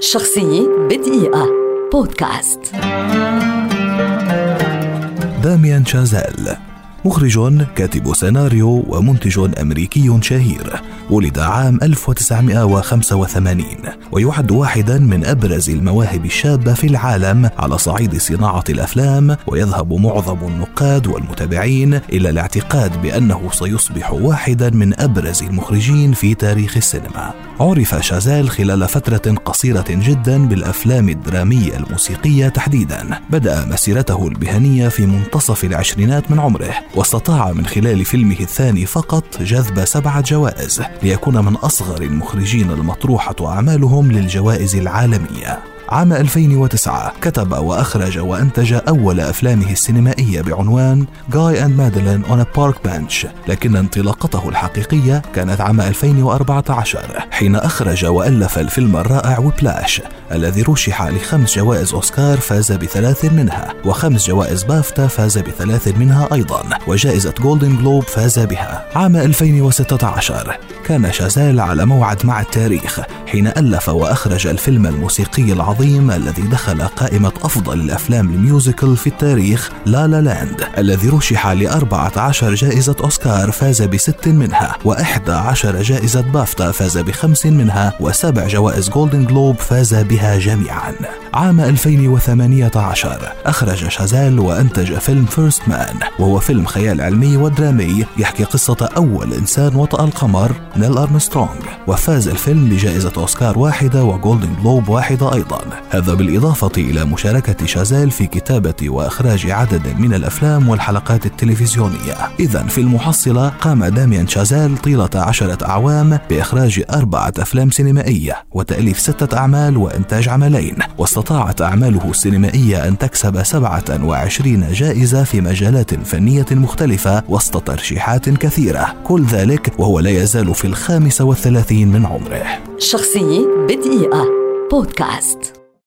شخصية بدقيقة بودكاست. داميان شازيل مخرج، كاتب سيناريو ومنتج أمريكي شهير. ولد عام 1985 ويعد واحدا من أبرز المواهب الشابة في العالم على صعيد صناعة الأفلام، ويذهب معظم النقاد والمتابعين إلى الاعتقاد بأنه سيصبح واحدا من أبرز المخرجين في تاريخ السينما. عرف شازيل خلال فترة قصيرة جدا بالأفلام الدرامية الموسيقية تحديدا. بدأ مسيرته المهنية في منتصف العشرينات من عمره، واستطاع من خلال فيلمه الثاني فقط جذب 7 جوائز، ليكون من أصغر المخرجين المطروحة أعمالهم للجوائز العالمية. عام 2009 كتب وأخرج وأنتج أول أفلامه السينمائية بعنوان Guy and Madeline on a Park Bench، لكن انطلاقته الحقيقية كانت عام 2014 حين أخرج وألف الفيلم الرائع ويبلاش، الذي رشح ل5 جوائز أوسكار فاز ب3 منها، و5 جوائز بافتا فاز ب3 منها أيضا، وجائزة جولدن جلوب فاز بها. عام 2016 كان شازيل على موعد مع التاريخ حين ألف وأخرج الفيلم الموسيقي العظيم الذي دخل قائمة أفضل الأفلام الميوزيكال في التاريخ، لا لا لاند، الذي رشح ل14 جائزة أوسكار فاز ب6 منها، و11 جائزة بافتا فاز ب5 منها، و7 جوائز جولدن جلوب فاز بها جميعا. عام 2018 أخرج شازيل وأنتج فيلم فيرست مان، وهو فيلم خيال علمي ودرامي يحكي قصة أول إنسان وطأ القمر، نيل أرمسترونغ، وفاز الفيلم بجائزة أوسكار 1 وجولدن جلوب 1 أيضا. هذا بالإضافة إلى مشاركة شازيل في كتابة وإخراج عدد من الأفلام والحلقات التلفزيونية. إذن في المحصلة قام داميان شازيل طيلة 10 أعوام بإخراج 4 أفلام سينمائية وتأليف 6 أعمال وإنتاج عملين، واستطاعت أعماله السينمائية أن تكسب 27 جائزة في مجالات فنية مختلفة وسط ترشيحات كثيرة، كل ذلك وهو لا يزال في 35 من عمره. شخصية بدقيقة بودكاست.